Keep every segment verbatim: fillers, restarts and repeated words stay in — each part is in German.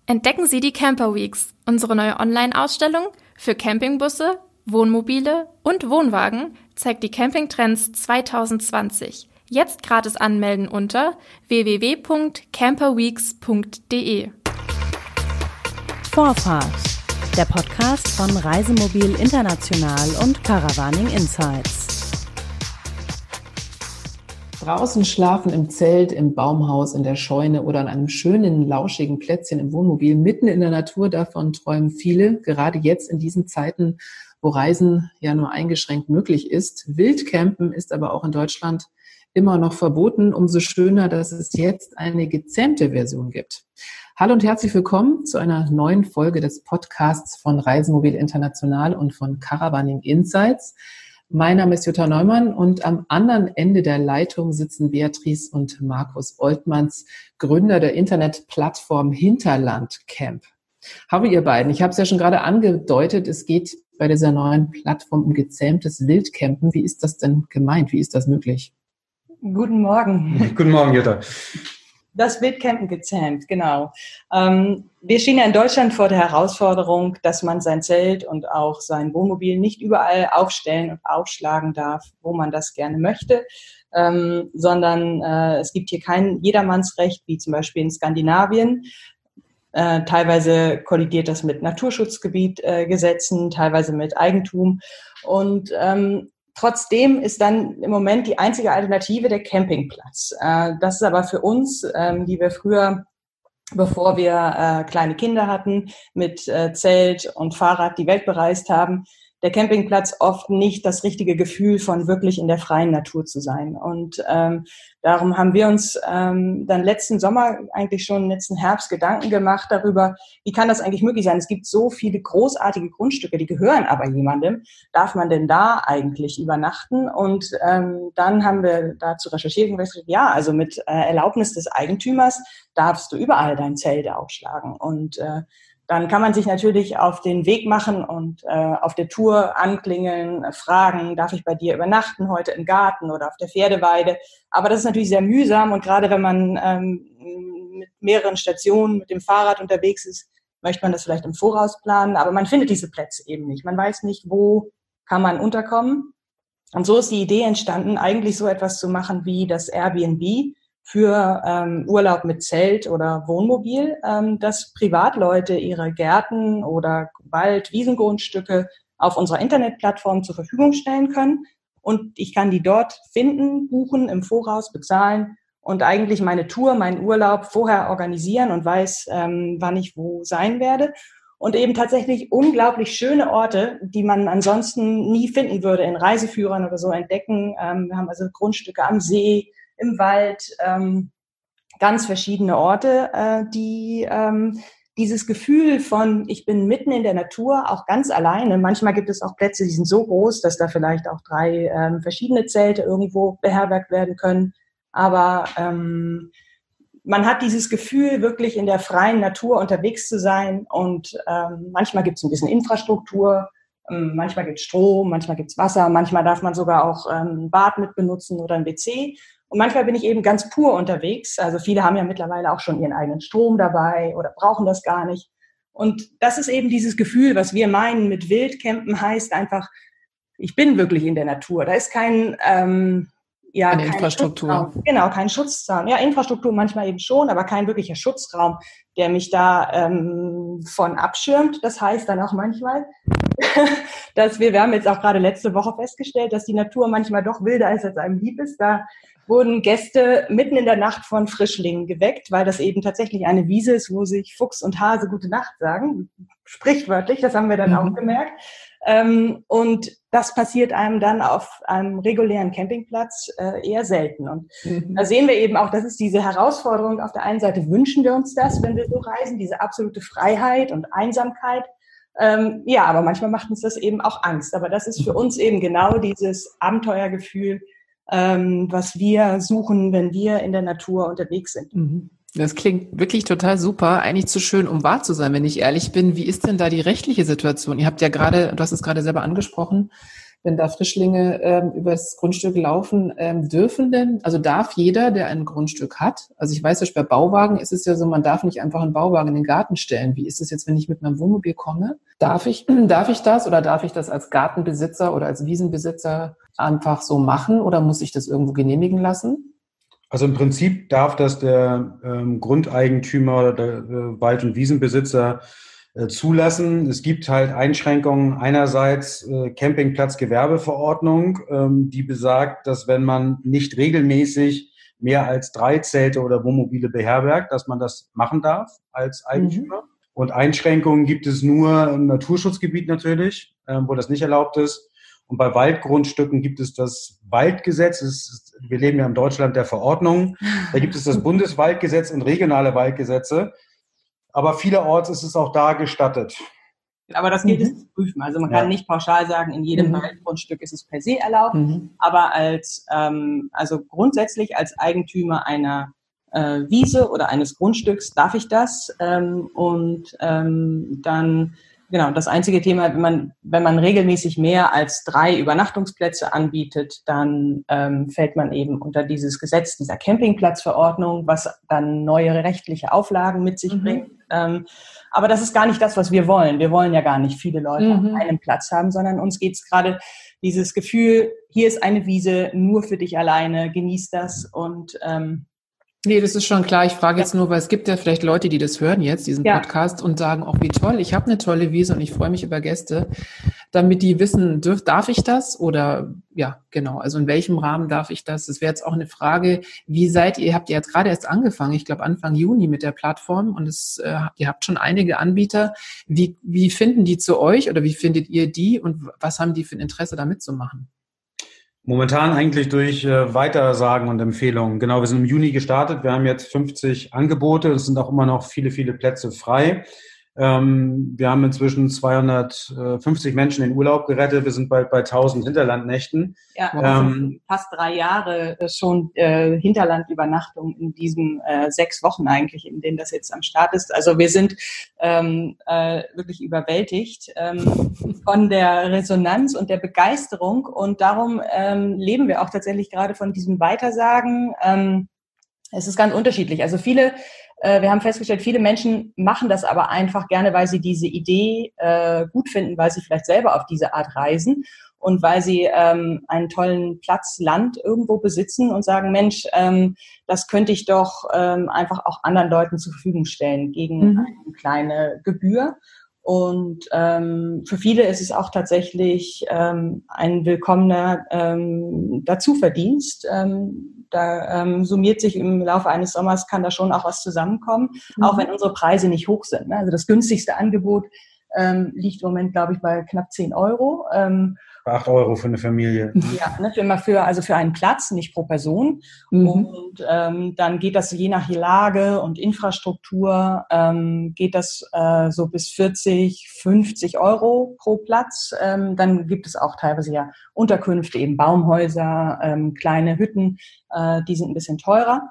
Entdecken Sie die Camper Weeks, unsere neue Online-Ausstellung für Campingbusse, Wohnmobile und Wohnwagen zeigt die Campingtrends zwanzig zwanzig. Jetzt gratis anmelden unter w w w punkt camperweeks punkt d e. Vorfahrt, der Podcast von Reisemobil International und Caravaning Insights. Draußen schlafen im Zelt, im Baumhaus, in der Scheune oder an einem schönen, lauschigen Plätzchen im Wohnmobil, mitten in der Natur, davon träumen viele, gerade jetzt in diesen Zeiten, wo Reisen ja nur eingeschränkt möglich ist. Wildcampen ist aber auch in Deutschland immer noch verboten. Umso schöner, dass es jetzt eine gezähmte Version gibt. Hallo und herzlich willkommen zu einer neuen Folge des Podcasts von Reisemobil International und von Caravaning Insights. Mein Name ist Jutta Neumann und am anderen Ende der Leitung sitzen Beatrice und Markus Oltmanns, Gründer der Internetplattform Hinterlandcamp. Hallo ihr beiden, ich habe es ja schon gerade angedeutet, es geht bei dieser neuen Plattform um gezähmtes Wildcampen. Wie ist das denn gemeint? Wie ist das möglich? Guten Morgen. Guten Morgen, Jutta. Das Wildcampen gezähmt, genau. Ähm, wir stehen ja in Deutschland vor der Herausforderung, dass man sein Zelt und auch sein Wohnmobil nicht überall aufstellen und aufschlagen darf, wo man das gerne möchte, ähm, sondern äh, es gibt hier kein Jedermannsrecht, wie zum Beispiel in Skandinavien. Äh, teilweise kollidiert das mit Naturschutzgebietgesetzen, äh, teilweise mit Eigentum. Und ähm, Trotzdem ist dann im Moment die einzige Alternative der Campingplatz. Das ist aber für uns, die wir früher, bevor wir kleine Kinder hatten, mit Zelt und Fahrrad die Welt bereist haben, der Campingplatz oft nicht das richtige Gefühl von wirklich in der freien Natur zu sein. Und ähm, darum haben wir uns ähm, dann letzten Sommer, eigentlich schon letzten Herbst, Gedanken gemacht darüber, wie kann das eigentlich möglich sein? Es gibt so viele großartige Grundstücke, die gehören aber jemandem. Darf man denn da eigentlich übernachten? Und ähm, dann haben wir dazu recherchiert und gesagt, ja, also mit äh, Erlaubnis des Eigentümers darfst du überall dein Zelt aufschlagen. Und äh, dann kann man sich natürlich auf den Weg machen und äh, auf der Tour anklingeln, äh, fragen, darf ich bei dir übernachten heute im Garten oder auf der Pferdeweide? Aber das ist natürlich sehr mühsam und gerade wenn man ähm, mit mehreren Stationen mit dem Fahrrad unterwegs ist, möchte man das vielleicht im Voraus planen, aber man findet diese Plätze eben nicht. Man weiß nicht, wo kann man unterkommen. Und so ist die Idee entstanden, eigentlich so etwas zu machen wie das Airbnb für ähm, Urlaub mit Zelt oder Wohnmobil, ähm, dass Privatleute ihre Gärten oder Wald-, Wiesengrundstücke auf unserer Internetplattform zur Verfügung stellen können. Und ich kann die dort finden, buchen, im Voraus bezahlen und eigentlich meine Tour, meinen Urlaub vorher organisieren und weiß, ähm, wann ich wo sein werde. Und eben tatsächlich unglaublich schöne Orte, die man ansonsten nie finden würde, in Reiseführern oder so entdecken. Ähm, wir haben also Grundstücke am See, im Wald, ähm, ganz verschiedene Orte, äh, die ähm, dieses Gefühl von, ich bin mitten in der Natur, auch ganz alleine. Manchmal gibt es auch Plätze, die sind so groß, dass da vielleicht auch drei ähm, verschiedene Zelte irgendwo beherbergt werden können. Aber ähm, man hat dieses Gefühl, wirklich in der freien Natur unterwegs zu sein. Und ähm, manchmal gibt es ein bisschen Infrastruktur, ähm, manchmal gibt es Strom, manchmal gibt es Wasser, manchmal darf man sogar auch ähm, ein Bad mit benutzen oder ein W C. Und manchmal bin ich eben ganz pur unterwegs. Also viele haben ja mittlerweile auch schon ihren eigenen Strom dabei oder brauchen das gar nicht. Und das ist eben dieses Gefühl, was wir meinen mit Wildcampen, heißt einfach, ich bin wirklich in der Natur. Da ist kein, ähm, ja, Eine kein Infrastruktur. Schutzraum. Genau, kein Schutzzaun. Ja, Infrastruktur manchmal eben schon, aber kein wirklicher Schutzraum, der mich da ähm, von abschirmt. Das heißt dann auch manchmal, dass wir, wir haben jetzt auch gerade letzte Woche festgestellt, dass die Natur manchmal doch wilder ist, als einem lieb ist. Da wurden Gäste mitten in der Nacht von Frischlingen geweckt, weil das eben tatsächlich eine Wiese ist, wo sich Fuchs und Hase gute Nacht sagen. Sprichwörtlich, das haben wir dann mhm. auch gemerkt. Ähm, und das passiert einem dann auf einem regulären Campingplatz äh, eher selten. Und mhm. da sehen wir eben auch, das ist diese Herausforderung. Auf der einen Seite wünschen wir uns das, wenn wir so reisen, diese absolute Freiheit und Einsamkeit. Ähm, ja, aber manchmal macht uns das eben auch Angst. Aber das ist für uns eben genau dieses Abenteuergefühl, ähm, was wir suchen, wenn wir in der Natur unterwegs sind. Mhm. Das klingt wirklich total super, eigentlich zu schön, um wahr zu sein, wenn ich ehrlich bin. Wie ist denn da die rechtliche Situation? Ihr habt ja gerade, du hast es gerade selber angesprochen, wenn da Frischlinge ähm, übers Grundstück laufen, ähm, dürfen denn, also darf jeder, der ein Grundstück hat, also ich weiß ja, bei Bauwagen ist es ja so, man darf nicht einfach einen Bauwagen in den Garten stellen. Wie ist es jetzt, wenn ich mit meinem Wohnmobil komme? Darf ich, darf ich das oder darf ich das als Gartenbesitzer oder als Wiesenbesitzer einfach so machen oder muss ich das irgendwo genehmigen lassen? Also im Prinzip darf das der ähm, Grundeigentümer oder der äh, Wald- und Wiesenbesitzer äh, zulassen. Es gibt halt Einschränkungen. Einerseits äh, Campingplatzgewerbeverordnung, ähm, die besagt, dass wenn man nicht regelmäßig mehr als drei Zelte oder Wohnmobile beherbergt, dass man das machen darf als Eigentümer. Mhm. Und Einschränkungen gibt es nur im Naturschutzgebiet natürlich, äh, wo das nicht erlaubt ist. Und bei Waldgrundstücken gibt es das Waldgesetz. Es ist, wir leben ja in Deutschland der Verordnung. Da gibt es das Bundeswaldgesetz und regionale Waldgesetze. Aber vielerorts ist es auch da gestattet. Aber das gilt mhm. es zu prüfen. Also man kann ja. nicht pauschal sagen, in jedem mhm. Waldgrundstück ist es per se erlaubt. Mhm. Aber als, ähm, also grundsätzlich als Eigentümer einer äh, Wiese oder eines Grundstücks darf ich das. Ähm, und ähm, dann Genau, das einzige Thema, wenn man, wenn man regelmäßig mehr als drei Übernachtungsplätze anbietet, dann ähm, fällt man eben unter dieses Gesetz dieser Campingplatzverordnung, was dann neue rechtliche Auflagen mit sich mhm. bringt. Ähm, aber das ist gar nicht das, was wir wollen. Wir wollen ja gar nicht viele Leute mhm. auf einem Platz haben, sondern uns geht es gerade dieses Gefühl, hier ist eine Wiese nur für dich alleine, genieß das und ähm, Nee, das ist schon klar. Ich frage jetzt ja. nur, weil es gibt ja vielleicht Leute, die das hören jetzt, diesen ja. Podcast, und sagen, oh, wie toll, ich habe eine tolle Wiese und ich freue mich über Gäste, damit die wissen, dürf, darf ich das? Oder ja, genau, also in welchem Rahmen darf ich das? Das wäre jetzt auch eine Frage, wie seid ihr, habt ihr jetzt gerade erst angefangen, ich glaube Anfang Juni mit der Plattform und es, äh, ihr habt schon einige Anbieter. Wie, wie finden die zu euch oder wie findet ihr die und was haben die für ein Interesse, da mitzumachen? Momentan eigentlich durch äh, Weitersagen und Empfehlungen. Genau, wir sind im Juni gestartet. Wir haben jetzt fünfzig Angebote. Es sind auch immer noch viele, viele Plätze frei. Ähm, wir haben inzwischen zweihundertfünfzig Menschen in Urlaub gerettet. Wir sind bald bei tausend Hinterlandnächten. Ja, also ähm, fast drei Jahre schon äh, Hinterlandübernachtung in diesen äh, sechs Wochen eigentlich, in denen das jetzt am Start ist. Also wir sind ähm, äh, wirklich überwältigt ähm, von der Resonanz und der Begeisterung und darum ähm, leben wir auch tatsächlich gerade von diesem Weitersagen. Ähm, es ist ganz unterschiedlich. Also viele Wir haben festgestellt, viele Menschen machen das aber einfach gerne, weil sie diese Idee äh, gut finden, weil sie vielleicht selber auf diese Art reisen und weil sie ähm, einen tollen Platz, Land irgendwo besitzen und sagen, Mensch, ähm, das könnte ich doch ähm, einfach auch anderen Leuten zur Verfügung stellen gegen mhm. eine kleine Gebühr. Und ähm, für viele ist es auch tatsächlich ähm, ein willkommener ähm, Dazuverdienst. Ähm, da ähm, summiert sich im Laufe eines Sommers, kann da schon auch was zusammenkommen, mhm. auch wenn unsere Preise nicht hoch sind. Ne? Also das günstigste Angebot ähm, liegt im Moment, glaube ich, bei knapp zehn Euro. Ähm, acht Euro für eine Familie. Ja, ne, für, für, also für einen Platz, nicht pro Person. Mhm. Und ähm, dann geht das je nach Lage und Infrastruktur, ähm, geht das äh, so bis vierzig, fünfzig Euro pro Platz. Ähm, dann gibt es auch teilweise ja Unterkünfte, eben Baumhäuser, ähm, kleine Hütten, äh, die sind ein bisschen teurer.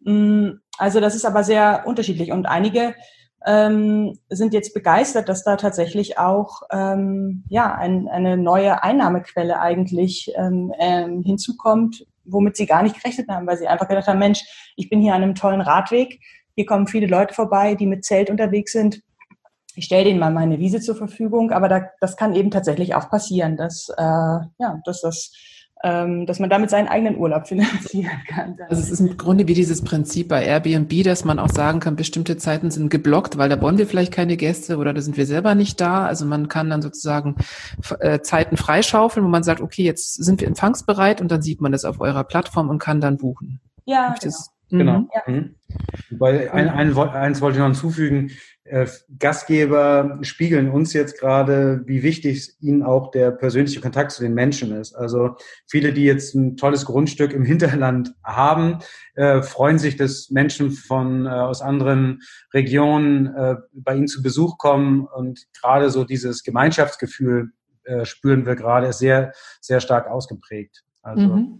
Also das ist aber sehr unterschiedlich und einige Ähm, sind jetzt begeistert, dass da tatsächlich auch ähm, ja ein, eine neue Einnahmequelle eigentlich ähm, ähm, hinzukommt, womit sie gar nicht gerechnet haben, weil sie einfach gedacht haben, Mensch, ich bin hier an einem tollen Radweg, hier kommen viele Leute vorbei, die mit Zelt unterwegs sind, ich stelle denen mal meine Wiese zur Verfügung, aber da, das kann eben tatsächlich auch passieren, dass, äh, ja, dass das dass man damit seinen eigenen Urlaub finanzieren kann. Also es ist im Grunde wie dieses Prinzip bei Airbnb, dass man auch sagen kann, bestimmte Zeiten sind geblockt, weil da wollen wir vielleicht keine Gäste oder da sind wir selber nicht da. Also man kann dann sozusagen äh, Zeiten freischaufeln, wo man sagt, okay, jetzt sind wir empfangsbereit und dann sieht man das auf eurer Plattform und kann dann buchen. Ja, genau. Das, genau. Mhm. Ja. Mhm. Wobei ein, ein, eins wollte ich noch hinzufügen, äh, Gastgeber spiegeln uns jetzt gerade, wie wichtig ihnen auch der persönliche Kontakt zu den Menschen ist. Also viele, die jetzt ein tolles Grundstück im Hinterland haben, äh, freuen sich, dass Menschen von äh, aus anderen Regionen äh, bei ihnen zu Besuch kommen und gerade so dieses Gemeinschaftsgefühl äh, spüren wir gerade, ist sehr, sehr stark ausgeprägt. Also mhm.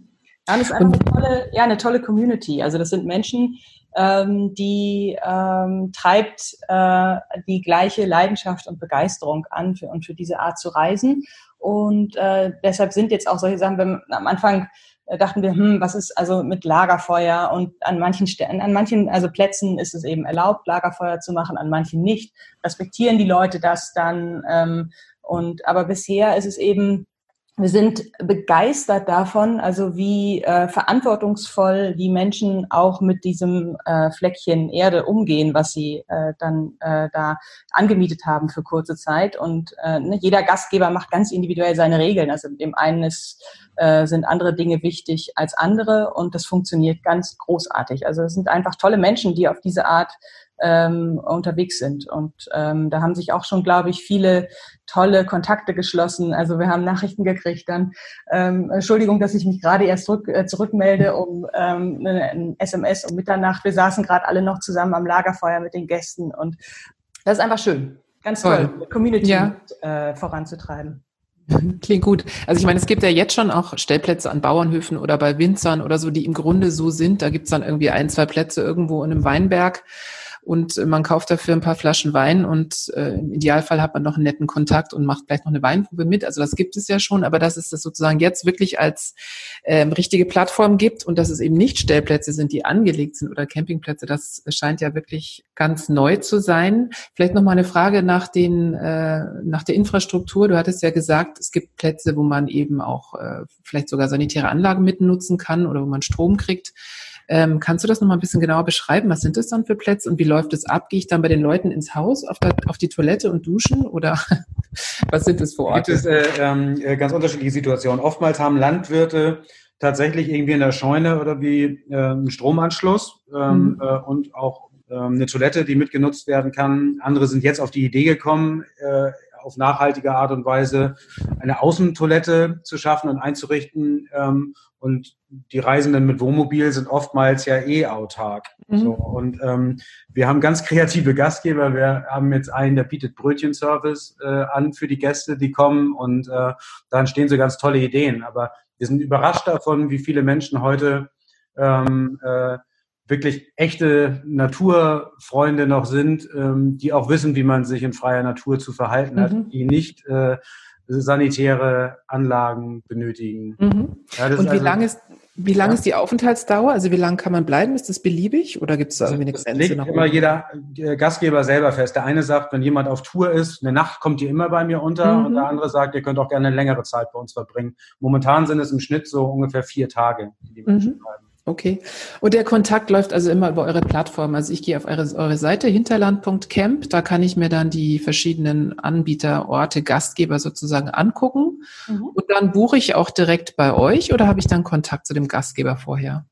Ja, das ist einfach eine tolle, ja, eine tolle Community. Also das sind Menschen, ähm, die ähm, treibt äh, die gleiche Leidenschaft und Begeisterung an für, und für diese Art zu reisen. Und äh, deshalb sind jetzt auch solche Sachen, wenn, am Anfang äh, dachten wir, hm, was ist also mit Lagerfeuer, und an manchen Stellen, an manchen also Plätzen ist es eben erlaubt, Lagerfeuer zu machen, an manchen nicht. Respektieren die Leute das dann? Ähm, und aber bisher ist es eben, wir sind begeistert davon, also wie äh, verantwortungsvoll die Menschen auch mit diesem äh, Fleckchen Erde umgehen, was sie äh, dann äh, da angemietet haben für kurze Zeit. Und äh, ne, jeder Gastgeber macht ganz individuell seine Regeln. Also dem einen ist, äh, sind andere Dinge wichtig als andere, und das funktioniert ganz großartig. Also es sind einfach tolle Menschen, die auf diese Art ähm, unterwegs sind. Und ähm, da haben sich auch schon, glaube ich, viele tolle Kontakte geschlossen. Also wir haben Nachrichten gekriegt dann, ähm, Entschuldigung, dass ich mich gerade erst zurück, äh, zurückmelde, um ähm, ein S M S um Mitternacht. Wir saßen gerade alle noch zusammen am Lagerfeuer mit den Gästen, und das ist einfach schön. Ganz toll, toll. Community ja. äh, voranzutreiben. Klingt gut. Also ich meine, es gibt ja jetzt schon auch Stellplätze an Bauernhöfen oder bei Winzern oder so, die im Grunde so sind. Da gibt's dann irgendwie ein, zwei Plätze irgendwo in einem Weinberg. Und man kauft dafür ein paar Flaschen Wein, und äh, im Idealfall hat man noch einen netten Kontakt und macht vielleicht noch eine Weinprobe mit. Also das gibt es ja schon, aber dass es das sozusagen jetzt wirklich als ähm, richtige Plattform gibt und dass es eben nicht Stellplätze sind, die angelegt sind oder Campingplätze, das scheint ja wirklich ganz neu zu sein. Vielleicht noch mal eine Frage nach den äh, nach der Infrastruktur. Du hattest ja gesagt, es gibt Plätze, wo man eben auch äh, vielleicht sogar sanitäre Anlagen mitnutzen kann oder wo man Strom kriegt. Ähm, kannst du das nochmal ein bisschen genauer beschreiben? Was sind das dann für Plätze und wie läuft es ab? Gehe ich dann bei den Leuten ins Haus, auf, der, auf die Toilette und duschen, oder was sind das für Orte? Gibt es äh, äh, ganz unterschiedliche Situationen. Oftmals haben Landwirte tatsächlich irgendwie in der Scheune oder wie äh, einen Stromanschluss ähm, mhm. äh, und auch äh, eine Toilette, die mitgenutzt werden kann. Andere sind jetzt auf die Idee gekommen, äh, auf nachhaltige Art und Weise eine Außentoilette zu schaffen und einzurichten. Ähm, und die Reisenden mit Wohnmobil sind oftmals ja eh autark. Mhm. So, und ähm, wir haben ganz kreative Gastgeber. Wir haben jetzt einen, der bietet Brötchenservice äh, an für die Gäste, die kommen. Und äh, da entstehen so ganz tolle Ideen. Aber wir sind überrascht davon, wie viele Menschen heute ähm, äh, wirklich echte Naturfreunde noch sind, ähm, die auch wissen, wie man sich in freier Natur zu verhalten hat, mhm. die nicht äh, sanitäre Anlagen benötigen. Mhm. Ja, und wie also, lang ist wie lang ja. ist die Aufenthaltsdauer? Also wie lange kann man bleiben? Ist das beliebig oder gibt es da irgendwie eine Grenze? Das legt immer jeder Gastgeber selber fest. Der eine sagt, wenn jemand auf Tour ist, eine Nacht kommt ihr immer bei mir unter, mhm. und der andere sagt, ihr könnt auch gerne eine längere Zeit bei uns verbringen. Momentan sind es im Schnitt so ungefähr vier Tage, die die Menschen mhm. bleiben. Okay. Und der Kontakt läuft also immer über eure Plattform. Also ich gehe auf eure, eure Seite hinterland punkt camp. Da kann ich mir dann die verschiedenen Anbieter, Orte, Gastgeber sozusagen angucken. Mhm. Und dann buche ich auch direkt bei euch, oder habe ich dann Kontakt zu dem Gastgeber vorher?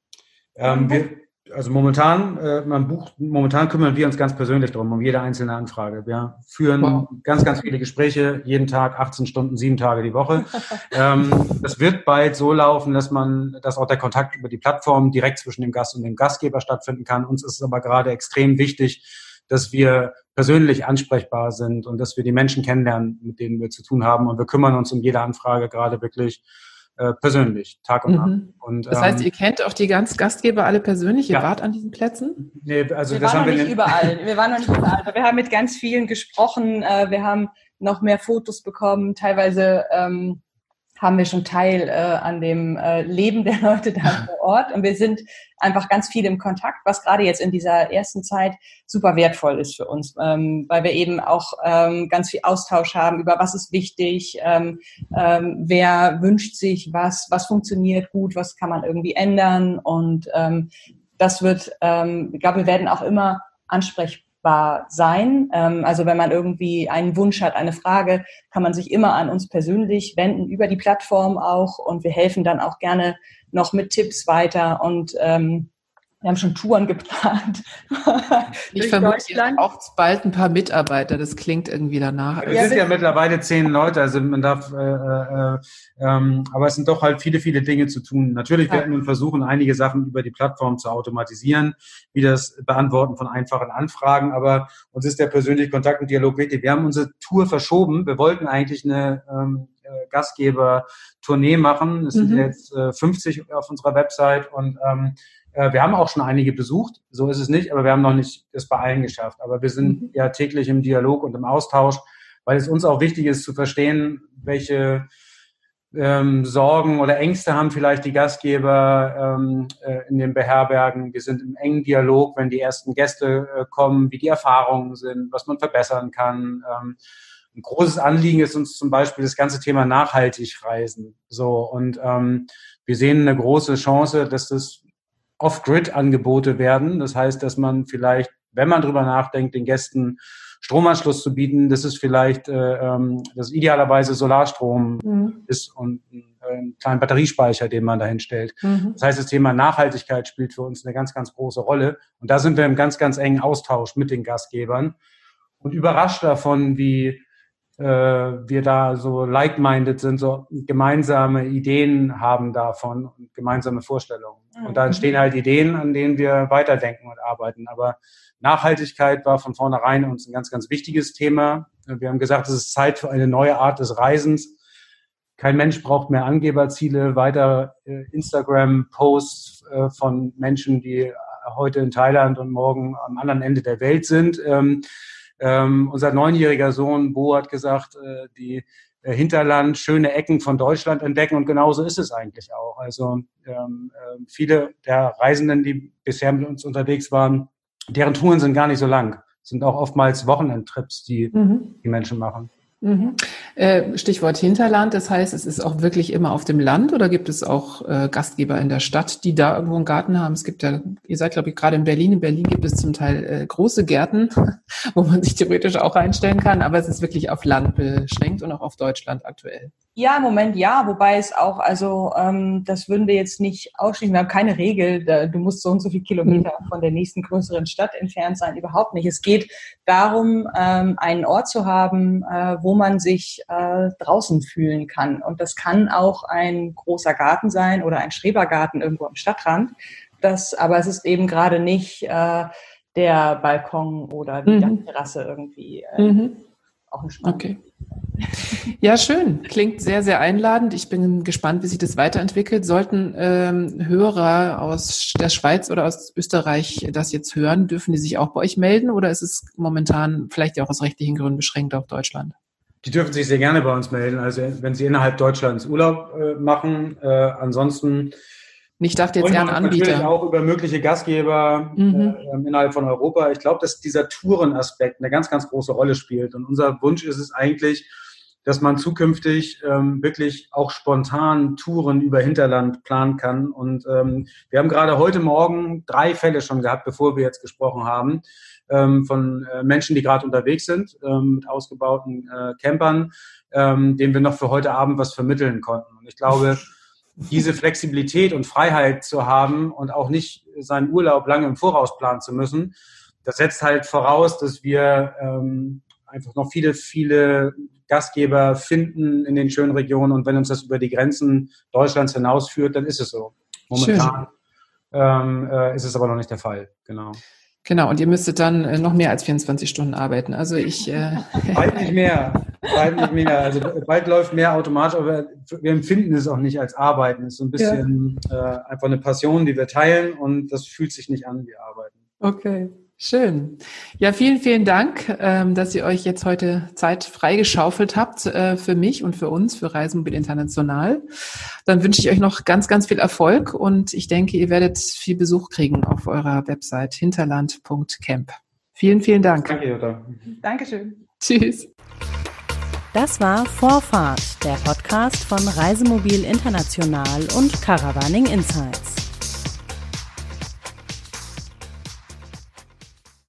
Ähm, wir, also momentan, äh, man bucht, momentan kümmern wir uns ganz persönlich darum, um jede einzelne Anfrage. Wir führen wow. ganz, ganz viele Gespräche, jeden Tag, achtzehn Stunden, sieben Tage die Woche. ähm, das wird bald so laufen, dass man, dass auch der Kontakt über die Plattform direkt zwischen dem Gast und dem Gastgeber stattfinden kann. Uns ist es aber gerade extrem wichtig, dass wir persönlich ansprechbar sind und dass wir die Menschen kennenlernen, mit denen wir zu tun haben. Und wir kümmern uns um jede Anfrage gerade wirklich Äh, persönlich, Tag und mhm. Nacht. Und, das heißt, ähm, ihr kennt auch die ganz Gastgeber alle persönlich? Ihr ja. wart an diesen Plätzen? Nee, also wir das waren haben noch wir nicht überall. Wir waren noch nicht überall. Wir haben mit ganz vielen gesprochen. Äh, wir haben noch mehr Fotos bekommen. Teilweise ähm, haben wir schon Teil äh, an dem äh, Leben der Leute da vor Ort. Und wir sind einfach ganz viel im Kontakt, was gerade jetzt in dieser ersten Zeit super wertvoll ist für uns, ähm, weil wir eben auch ähm, ganz viel Austausch haben über was ist wichtig, ähm, ähm, wer wünscht sich was, was funktioniert gut, was kann man irgendwie ändern. Und ähm, das wird, ähm, ich glaube, wir werden auch immer ansprechbar sein. Also wenn man irgendwie einen Wunsch hat, eine Frage, kann man sich immer an uns persönlich wenden, über die Plattform auch, und wir helfen dann auch gerne noch mit Tipps weiter. Und ähm, Wir haben schon Touren geplant. Ich vermute auch bald ein paar Mitarbeiter. Das klingt irgendwie danach. Wir ja, sind ja mittlerweile zehn Leute, also man darf, äh, äh, ähm, aber es sind doch halt viele, viele Dinge zu tun. Natürlich werden wir versuchen, einige Sachen über die Plattform zu automatisieren, wie das Beantworten von einfachen Anfragen. Aber uns ist der persönliche Kontakt und Dialog wichtig. Wir haben unsere Tour verschoben. Wir wollten eigentlich eine ähm, Gastgeber-Tournee machen. Es mhm. sind jetzt äh, fünfzig auf unserer Website und ähm, wir haben auch schon einige besucht, so ist es nicht, aber wir haben noch nicht das bei allen geschafft. Aber wir sind mhm. ja täglich im Dialog und im Austausch, weil es uns auch wichtig ist zu verstehen, welche ähm, Sorgen oder Ängste haben vielleicht die Gastgeber ähm, äh, in den Beherbergen. Wir sind im engen Dialog, wenn die ersten Gäste äh, kommen, wie die Erfahrungen sind, was man verbessern kann. Ähm, ein großes Anliegen ist uns zum Beispiel das ganze Thema Nachhaltigreisen. So, und ähm, wir sehen eine große Chance, dass das Off-Grid-Angebote werden. Das heißt, dass man vielleicht, wenn man drüber nachdenkt, den Gästen Stromanschluss zu bieten, dass es vielleicht, äh, ähm, dass idealerweise Solarstrom mhm. ist und äh, einen kleinen Batteriespeicher, den man dahin stellt. Mhm. Das heißt, das Thema Nachhaltigkeit spielt für uns eine ganz, ganz große Rolle. Und da sind wir im ganz, ganz engen Austausch mit den Gastgebern und überrascht davon, wie äh, wir da so like-minded sind, so gemeinsame Ideen haben davon und gemeinsame Vorstellungen. Und da entstehen halt Ideen, an denen wir weiterdenken und arbeiten. Aber Nachhaltigkeit war von vornherein uns ein ganz, ganz wichtiges Thema. Wir haben gesagt, es ist Zeit für eine neue Art des Reisens. Kein Mensch braucht mehr Angeberziele, weiter äh, Instagram-Posts äh, von Menschen, die heute in Thailand und morgen am anderen Ende der Welt sind. Ähm, ähm, unser neunjähriger Sohn Bo hat gesagt, äh, die Hinterland, schöne Ecken von Deutschland entdecken und genauso ist es eigentlich auch. Also ähm, äh, viele der Reisenden, die bisher mit uns unterwegs waren, deren Touren sind gar nicht so lang, sind auch oftmals Wochenendtrips, die mhm. die Menschen machen. Mhm. Äh, Stichwort Hinterland, das heißt, es ist auch wirklich immer auf dem Land oder gibt es auch äh, Gastgeber in der Stadt, die da irgendwo einen Garten haben? Es gibt ja, ihr seid glaube ich gerade in Berlin, in Berlin gibt es zum Teil äh, große Gärten, wo man sich theoretisch auch einstellen kann, aber es ist wirklich auf Land beschränkt und auch auf Deutschland aktuell. Ja, im Moment ja, wobei es auch, also ähm, das würden wir jetzt nicht ausschließen, wir haben keine Regel, da, du musst so und so viele Kilometer mhm. von der nächsten größeren Stadt entfernt sein, überhaupt nicht. Es geht darum, ähm, einen Ort zu haben, äh, wo man sich äh, draußen fühlen kann. Und das kann auch ein großer Garten sein oder ein Schrebergarten irgendwo am Stadtrand. Das, aber es ist eben gerade nicht äh, der Balkon oder die mhm. Terrasse irgendwie. Äh, mhm. Auch ein Spannend. Okay. Ja, schön. Klingt sehr, sehr einladend. Ich bin gespannt, wie sich das weiterentwickelt. Sollten ähm, Hörer aus der Schweiz oder aus Österreich das jetzt hören, dürfen die sich auch bei euch melden oder ist es momentan vielleicht auch aus rechtlichen Gründen beschränkt auf Deutschland? Die dürfen sich sehr gerne bei uns melden. Also wenn sie innerhalb Deutschlands Urlaub äh, machen. Äh, ansonsten Ich dachte jetzt eher an Anbieter. Natürlich auch über mögliche Gastgeber mhm. äh, innerhalb von Europa. Ich glaube, dass dieser Tourenaspekt eine ganz, ganz große Rolle spielt. Und unser Wunsch ist es eigentlich, dass man zukünftig ähm, wirklich auch spontan Touren über Hinterland planen kann. Und ähm, wir haben gerade heute Morgen drei Fälle schon gehabt, bevor wir jetzt gesprochen haben, ähm, von äh, Menschen, die gerade unterwegs sind, ähm, mit ausgebauten äh, Campern, ähm, denen wir noch für heute Abend was vermitteln konnten. Und ich glaube, diese Flexibilität und Freiheit zu haben und auch nicht seinen Urlaub lange im Voraus planen zu müssen, das setzt halt voraus, dass wir ähm, einfach noch viele, viele Gastgeber finden in den schönen Regionen. Und wenn uns das über die Grenzen Deutschlands hinausführt, dann ist es so. Momentan ähm, äh, ist es aber noch nicht der Fall. Genau. Genau, und ihr müsstet dann äh, noch mehr als vierundzwanzig Stunden arbeiten. Also ich... Äh bald nicht mehr, bald nicht mehr. Also bald läuft mehr automatisch, aber wir empfinden es auch nicht als Arbeiten. Es ist so ein bisschen ja. äh, einfach eine Passion, die wir teilen und das fühlt sich nicht an wie Arbeiten. Okay, schön. Ja, vielen, vielen Dank, ähm, dass ihr euch jetzt heute Zeit freigeschaufelt habt äh, für mich und für uns, für Reisemobil International. Dann wünsche ich euch noch ganz, ganz viel Erfolg und ich denke, ihr werdet viel Besuch kriegen auf eurer Website hinterland punkt camp. Vielen, vielen Dank. Danke, Jutta. Dankeschön. Tschüss. Das war Vorfahrt, der Podcast von Reisemobil International und Caravaning Insights.